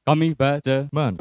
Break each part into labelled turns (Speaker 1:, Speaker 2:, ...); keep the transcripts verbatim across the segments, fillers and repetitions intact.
Speaker 1: Kami baca
Speaker 2: Man.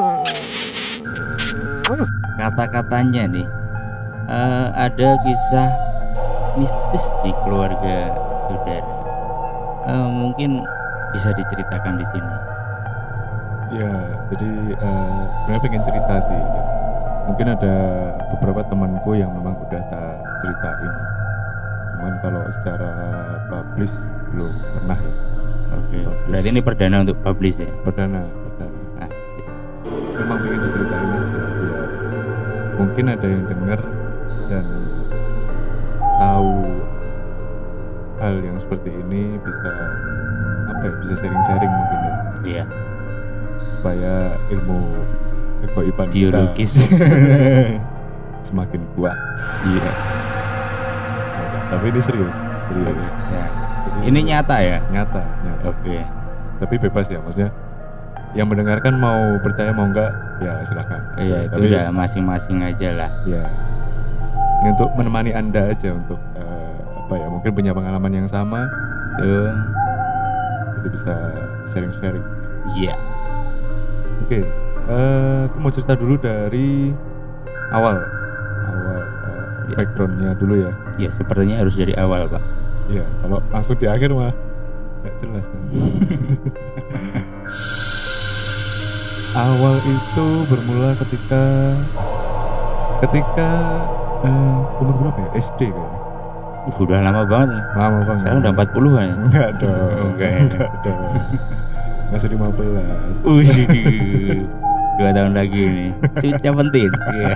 Speaker 1: kata-katanya nih, eh, ada kisah mistis di keluarga saudara. Eh, mungkin bisa diceritakan di sini.
Speaker 2: Ya, jadi uh, sebenarnya pengen cerita sih. Mungkin ada beberapa temanku yang memang udah tak ceritain. Cuman kalau secara publish belum pernah ya.
Speaker 1: Oke.
Speaker 2: Publish.
Speaker 1: Berarti ini perdana untuk publish ya?
Speaker 2: Perdana, perdana.
Speaker 1: Asik.
Speaker 2: Memang pengen diceritain aja biar mungkin ada yang denger dan tahu hal yang seperti ini bisa apa ya, bisa sharing-sharing mungkin ya.
Speaker 1: Iya.
Speaker 2: Supaya ilmu kegoiban
Speaker 1: Biologis.
Speaker 2: kita semakin kuat.
Speaker 1: Iya.
Speaker 2: Tapi ini serius, serius.
Speaker 1: Ya.
Speaker 2: Jadi,
Speaker 1: Ini nyata ya?
Speaker 2: Nyata, nyata.
Speaker 1: Oke.
Speaker 2: Tapi bebas ya, maksudnya yang mendengarkan mau percaya mau enggak ya silakan.
Speaker 1: Iya, itu
Speaker 2: Tapi,
Speaker 1: udah masing-masing aja lah.
Speaker 2: Ya. Ini untuk menemani Anda aja untuk uh, apa ya, mungkin punya pengalaman yang sama.
Speaker 1: Tuh.
Speaker 2: Jadi bisa sharing-sharing.
Speaker 1: Iya.
Speaker 2: Oke, uh, aku mau cerita dulu dari awal, awal uh,
Speaker 1: Ya.
Speaker 2: backgroundnya dulu ya.
Speaker 1: Ya, sepertinya harus dari awal, Pak.
Speaker 2: Iya, kalau langsung di akhir mah nggak jelas. Awal itu bermula ketika ketika uh, umur berapa ya? S D kayaknya.
Speaker 1: Uh, udah lama banget ya.
Speaker 2: Lama banget.
Speaker 1: Sekarang udah empat puluhan ya?
Speaker 2: Enggak dong.
Speaker 1: Enggak ya?
Speaker 2: Enggak dong. Masih lima belas.
Speaker 1: Wih, dua tahun lagi nih. Sweetnya penting. Iya.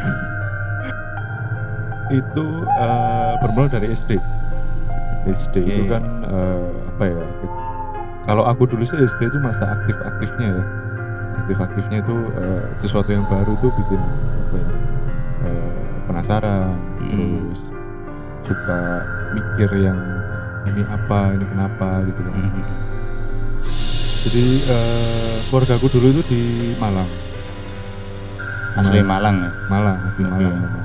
Speaker 2: Itu uh, bermula dari S D. S D
Speaker 1: Oke.
Speaker 2: itu kan uh, apa ya? Kalau aku dulu sih S D itu masa aktif-aktifnya ya. Aktif-aktifnya itu uh, sesuatu yang baru itu bikin apa ya? Uh, penasaran,
Speaker 1: Hmm.
Speaker 2: terus suka mikir yang ini apa, ini kenapa gitu kan.
Speaker 1: Mhm.
Speaker 2: Jadi uh, keluarga aku dulu itu di Malang.
Speaker 1: Asli Malang ya?
Speaker 2: Malang, asli
Speaker 1: Oke.
Speaker 2: Malang memang.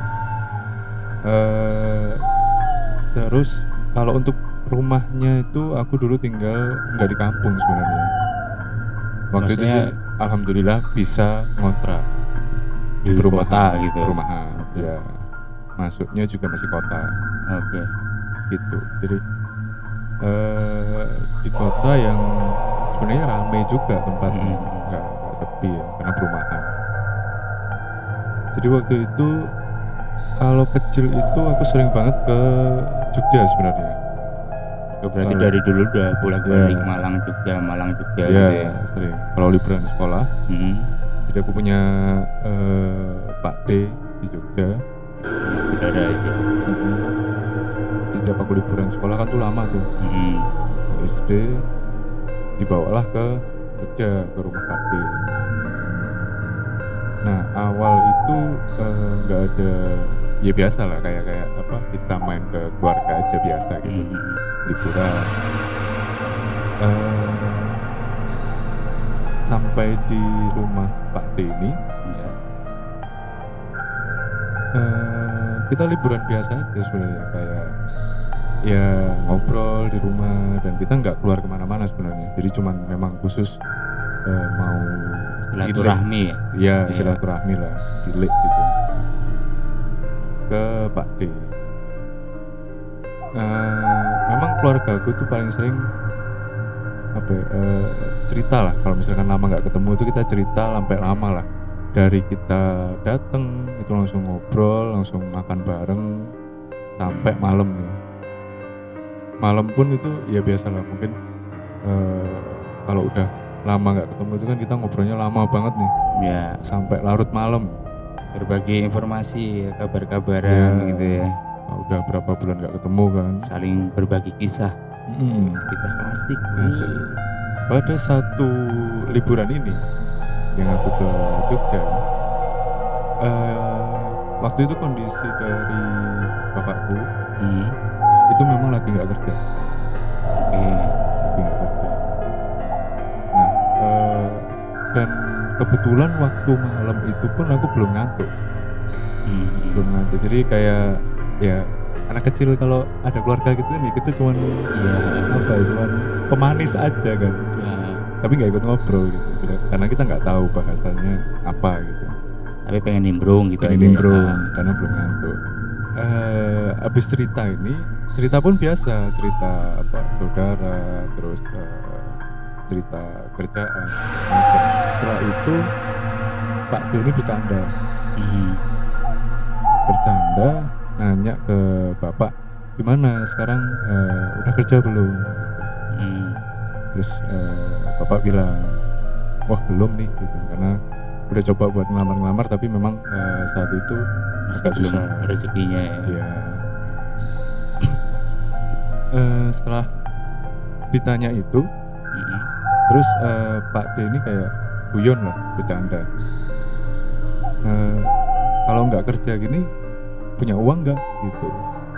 Speaker 2: Uh, terus kalau untuk rumahnya itu aku dulu tinggal nggak di kampung sebenarnya. Waktu itu
Speaker 1: Maksudnya-
Speaker 2: sih alhamdulillah bisa ngontrak
Speaker 1: Di kota gitu?
Speaker 2: perumahan.
Speaker 1: Oke.
Speaker 2: Ya, masuknya juga masih kota
Speaker 1: Oke.
Speaker 2: gitu. Jadi uh, di kota yang sebenarnya ramai juga tempatnya,
Speaker 1: Mm-mm.
Speaker 2: nggak nggak sepi ya karena perumahan. Jadi waktu itu kalau kecil itu aku sering banget ke Jogja sebenarnya.
Speaker 1: Oke, berarti
Speaker 2: Kalau-
Speaker 1: dari dulu udah bolak-balik
Speaker 2: Ya.
Speaker 1: Malang Jogja, Malang Jogja
Speaker 2: Ya,
Speaker 1: gitu ya?
Speaker 2: sering. Kalau liburan sekolah,
Speaker 1: Mhm.
Speaker 2: jadi aku punya eh, Pak D di Jogja.
Speaker 1: Ya, saudara itu.
Speaker 2: Jadi tiap aku liburan sekolah kan tuh lama tuh.
Speaker 1: Mhm.
Speaker 2: S D dibawalah ke Jogja ke rumah Pak D. Nah awal itu eh, nggak ada, ya biasa lah kayak kayak apa kita main ke keluarga aja biasa gitu.
Speaker 1: Mhm.
Speaker 2: Liburan. Eh, sampai di rumah Pak D ini
Speaker 1: Ya.
Speaker 2: eh, kita liburan biasa aja sebenarnya, kayak ya ngobrol di rumah dan kita nggak keluar kemana-mana sebenarnya. Jadi cuman memang khusus eh, mau
Speaker 1: Silaturahmi ya?
Speaker 2: ya
Speaker 1: Iya.
Speaker 2: silaturahmi lah, tilik gitu ke Pak D. Eh, memang keluarga aku tuh paling sering apa ya, eh, cerita lah. Kalau misalkan lama nggak ketemu itu kita cerita sampai lama lah. Dari kita dateng itu langsung ngobrol, langsung makan bareng sampai malam nih. Malam pun itu ya biasa lah, mungkin eh, kalau udah lama nggak ketemu itu kan kita ngobrolnya lama banget nih
Speaker 1: Ya,
Speaker 2: sampai larut malam.
Speaker 1: berbagi informasi, ya, kabar-kabaran
Speaker 2: Ya.
Speaker 1: gitu ya.
Speaker 2: Nah, udah berapa bulan nggak ketemu kan.
Speaker 1: Saling berbagi kisah.
Speaker 2: Mm.
Speaker 1: Kisah klasik.
Speaker 2: Asik. Pada satu liburan ini yang aku ke Jogja, eh, waktu itu kondisi dari bapakku
Speaker 1: Hmm.
Speaker 2: itu memang lagi nggak kerja,
Speaker 1: Oke.
Speaker 2: lagi nggak kerja. Nah, eh, dan kebetulan waktu malam itu pun aku belum ngantuk,
Speaker 1: Hmm.
Speaker 2: belum ngantuk. Jadi kayak ya anak kecil kalau ada keluarga gitu kan, ya kita cuman
Speaker 1: Iya.
Speaker 2: apa ya, cuman pemanis aja kan.
Speaker 1: Ya.
Speaker 2: tapi nggak ikut ngobrol gitu karena kita nggak tahu bahasanya apa gitu.
Speaker 1: Tapi pengen nimbrung gitu
Speaker 2: Pengen
Speaker 1: aja.
Speaker 2: nimbrung
Speaker 1: Ya.
Speaker 2: karena belum ngantuk. Uh, abis cerita ini cerita pun biasa, cerita apa saudara, terus uh, cerita kerjaan macam. Setelah itu Pak D ini bercanda
Speaker 1: Mm-hmm.
Speaker 2: bercanda nanya ke bapak gimana sekarang, uh, udah kerja belum?
Speaker 1: Mm.
Speaker 2: Terus uh, bapak bilang wah belum nih gitu karena udah coba buat ngelamar-ngelamar tapi memang uh, saat itu
Speaker 1: Masih
Speaker 2: agak
Speaker 1: belum
Speaker 2: susah
Speaker 1: rezekinya ya.
Speaker 2: ya. uh, setelah ditanya itu
Speaker 1: Mm-hmm.
Speaker 2: terus uh, Pak D ini kayak guyon lah bercanda, uh, kalau nggak kerja gini punya uang nggak gitu.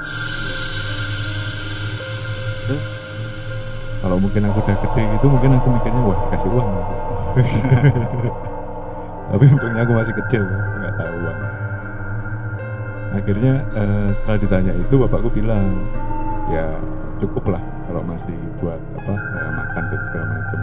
Speaker 2: Terus kalau mungkin aku udah gede gitu mungkin aku mikirnya wah kasih uang gitu. Tapi untungnya aku masih kecil nggak tahu uang. Akhirnya uh, setelah ditanya itu bapakku bilang ya cukup lah kalau masih buat apa uh, makan dan segala macam.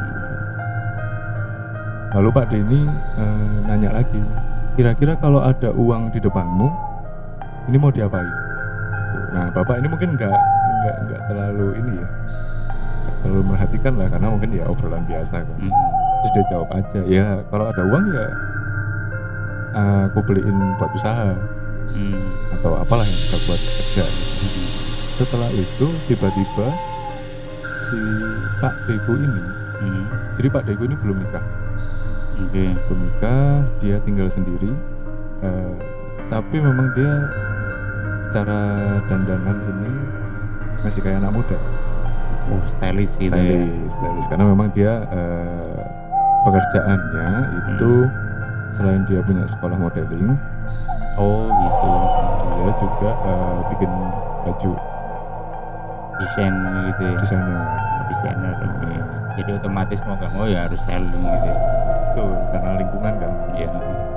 Speaker 2: Lalu Pak D ini uh, nanya lagi, kira-kira kalau ada uang di depanmu ini mau diapain? Nah bapak ini mungkin nggak nggak nggak terlalu ini ya, terlalu merhatikan lah karena mungkin ya obrolan biasa kan.
Speaker 1: Mm-hmm.
Speaker 2: Terus dia jawab aja ya kalau ada uang ya uh, aku beliin buat usaha
Speaker 1: Mm-hmm.
Speaker 2: atau apalah yang bisa buat kerja.
Speaker 1: Mm-hmm.
Speaker 2: Setelah itu tiba-tiba si Pak Deku ini,
Speaker 1: Mm-hmm.
Speaker 2: jadi Pak Deku ini belum nikah,
Speaker 1: Oke. Okay.
Speaker 2: belum nikah, dia tinggal sendiri, uh, tapi memang dia secara dandanan ini masih kayak anak muda.
Speaker 1: Oh, stylish gitu ya.
Speaker 2: Stylish, stylish. Karena memang dia uh, pekerjaannya itu hmm. selain dia punya sekolah modeling,
Speaker 1: oh gitu,
Speaker 2: dia juga uh, bikin baju,
Speaker 1: desain gitu ya.
Speaker 2: desainer.
Speaker 1: Desainer, oke. Okay. Jadi otomatis mau gak mau ya harus styling gitu ya.
Speaker 2: Tuh, karena lingkungan kan.
Speaker 1: Iya.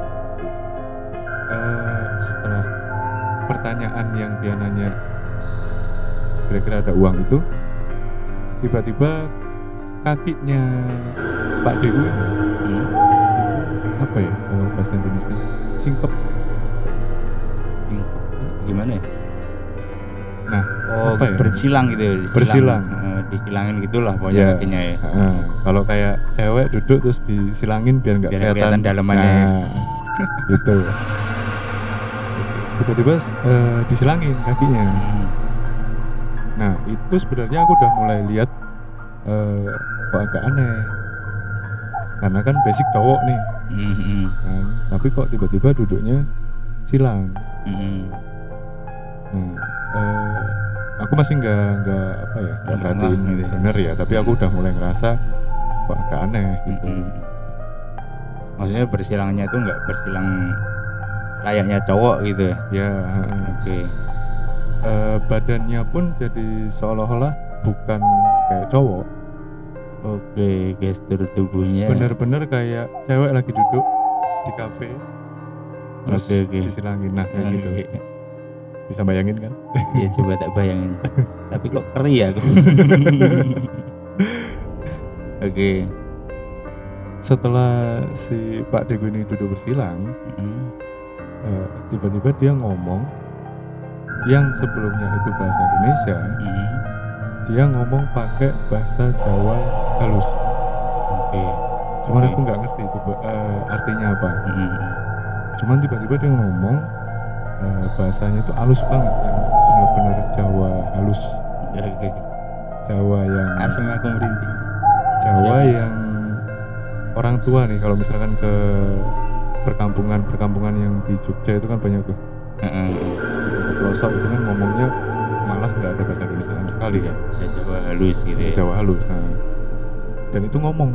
Speaker 2: Uh, setelah pertanyaan yang dia nanya kira-kira ada uang itu, tiba-tiba kakinya Pak Deku ini
Speaker 1: Hmm.
Speaker 2: apa ya kalau bahasa Indonesia singkep.
Speaker 1: Singkep. Gimana ya?
Speaker 2: Nah,
Speaker 1: Oh,
Speaker 2: apa ya?
Speaker 1: bersilang gitu ya, disilang.
Speaker 2: Bersilang.
Speaker 1: Uh, disilangin gitulah pokoknya
Speaker 2: Ya,
Speaker 1: kakinya ya.
Speaker 2: uh, kalau kayak cewek duduk terus disilangin biar nggak
Speaker 1: Biar
Speaker 2: kelihatan,
Speaker 1: kelihatan dalamannya.
Speaker 2: Nah, gitu. Tiba-tiba uh, disilangin kakinya.
Speaker 1: Hmm.
Speaker 2: Nah, itu sebenarnya aku udah mulai lihat uh, kok agak aneh. Karena kan basic cowok nih.
Speaker 1: Mm-hmm.
Speaker 2: Kan? Tapi kok tiba-tiba duduknya silang.
Speaker 1: Mm-hmm.
Speaker 2: Nah, uh, aku masih nggak nggak apa ya nggak perhatiin
Speaker 1: gitu ya.
Speaker 2: bener ya. Tapi aku udah mulai ngerasa kok agak aneh gitu.
Speaker 1: Mm-hmm. Maksudnya bersilangnya itu nggak bersilang layaknya cowok gitu ya?
Speaker 2: Ya.
Speaker 1: Oke. Okay.
Speaker 2: Uh, badannya pun jadi seolah-olah bukan kayak cowok.
Speaker 1: Oke, gestur tubuhnya.
Speaker 2: Bener-bener kayak cewek lagi duduk di kafe terus
Speaker 1: Oke, oke.
Speaker 2: disilangin, nah kayak gitu.
Speaker 1: Oke.
Speaker 2: Bisa bayangin kan?
Speaker 1: Ya coba tak bayangin. Tapi kok keri ya aku. Oke.
Speaker 2: Setelah si Pak Deku ini duduk bersilang,
Speaker 1: Mm-hmm.
Speaker 2: uh, tiba-tiba dia ngomong yang sebelumnya itu bahasa Indonesia,
Speaker 1: Mm-hmm.
Speaker 2: dia ngomong pakai bahasa Jawa halus.
Speaker 1: Oke.
Speaker 2: Cuman
Speaker 1: Oke.
Speaker 2: aku nggak ngerti itu uh, artinya apa.
Speaker 1: Mm-hmm.
Speaker 2: Cuman tiba-tiba dia ngomong uh, bahasanya itu halus banget, yang benar-benar Jawa halus,
Speaker 1: Oke.
Speaker 2: Jawa yang
Speaker 1: Langsung aku merinding.
Speaker 2: Jawa
Speaker 1: Serius.
Speaker 2: yang orang tua nih. Kalau misalkan ke perkampungan-perkampungan yang di Jogja itu kan banyak tuh.
Speaker 1: Heeh.
Speaker 2: Di pelosok itu kan ngomongnya malah nggak ada bahasa Indonesia sama sekali ya.
Speaker 1: Ya Jawa halus gitu ya.
Speaker 2: Jawa halus. Nah, dan itu ngomong.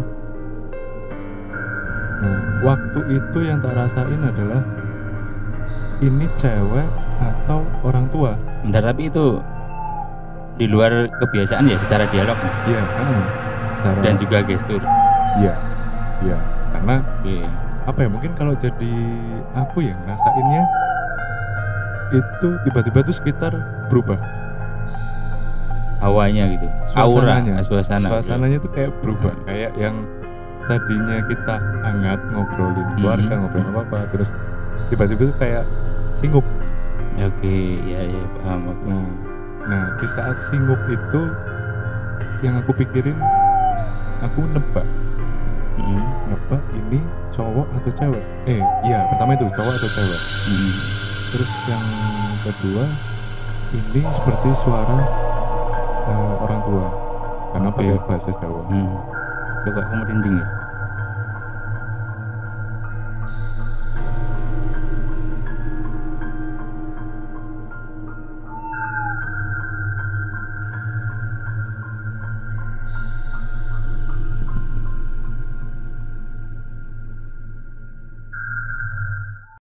Speaker 2: Nah, waktu itu yang tak rasain adalah ini cewek atau orang tua.
Speaker 1: Bentar, tapi itu di luar kebiasaan ya secara dialog
Speaker 2: Iya, kan. Cara,
Speaker 1: dan juga gestur.
Speaker 2: iya, iya. Karena
Speaker 1: Oke.
Speaker 2: apa ya? Mungkin kalau jadi aku yang ngerasainnya itu tiba-tiba tuh sekitar berubah.
Speaker 1: Hawanya gitu. Aura,
Speaker 2: Suasananya,
Speaker 1: suasana.
Speaker 2: suasananya tuh kayak berubah,
Speaker 1: Hmm.
Speaker 2: kayak yang tadinya kita hangat ngobrolin
Speaker 1: Mhm.
Speaker 2: keluarga, ngobrolin apa apa, terus tiba-tiba tuh kayak singgup.
Speaker 1: Oke, ya ya paham aku.
Speaker 2: Nah, nah di saat singgup itu yang aku pikirin, aku nebak,
Speaker 1: Mhm.
Speaker 2: nebak ini cowok atau cewek. Eh, iya pertama itu cowok atau cewek.
Speaker 1: Mhm.
Speaker 2: Terus yang kedua, ini seperti suara eh, orang tua karena
Speaker 1: Oke.
Speaker 2: pakai bahasa Jawa.
Speaker 1: Hmm. Kok kamu merinding ya?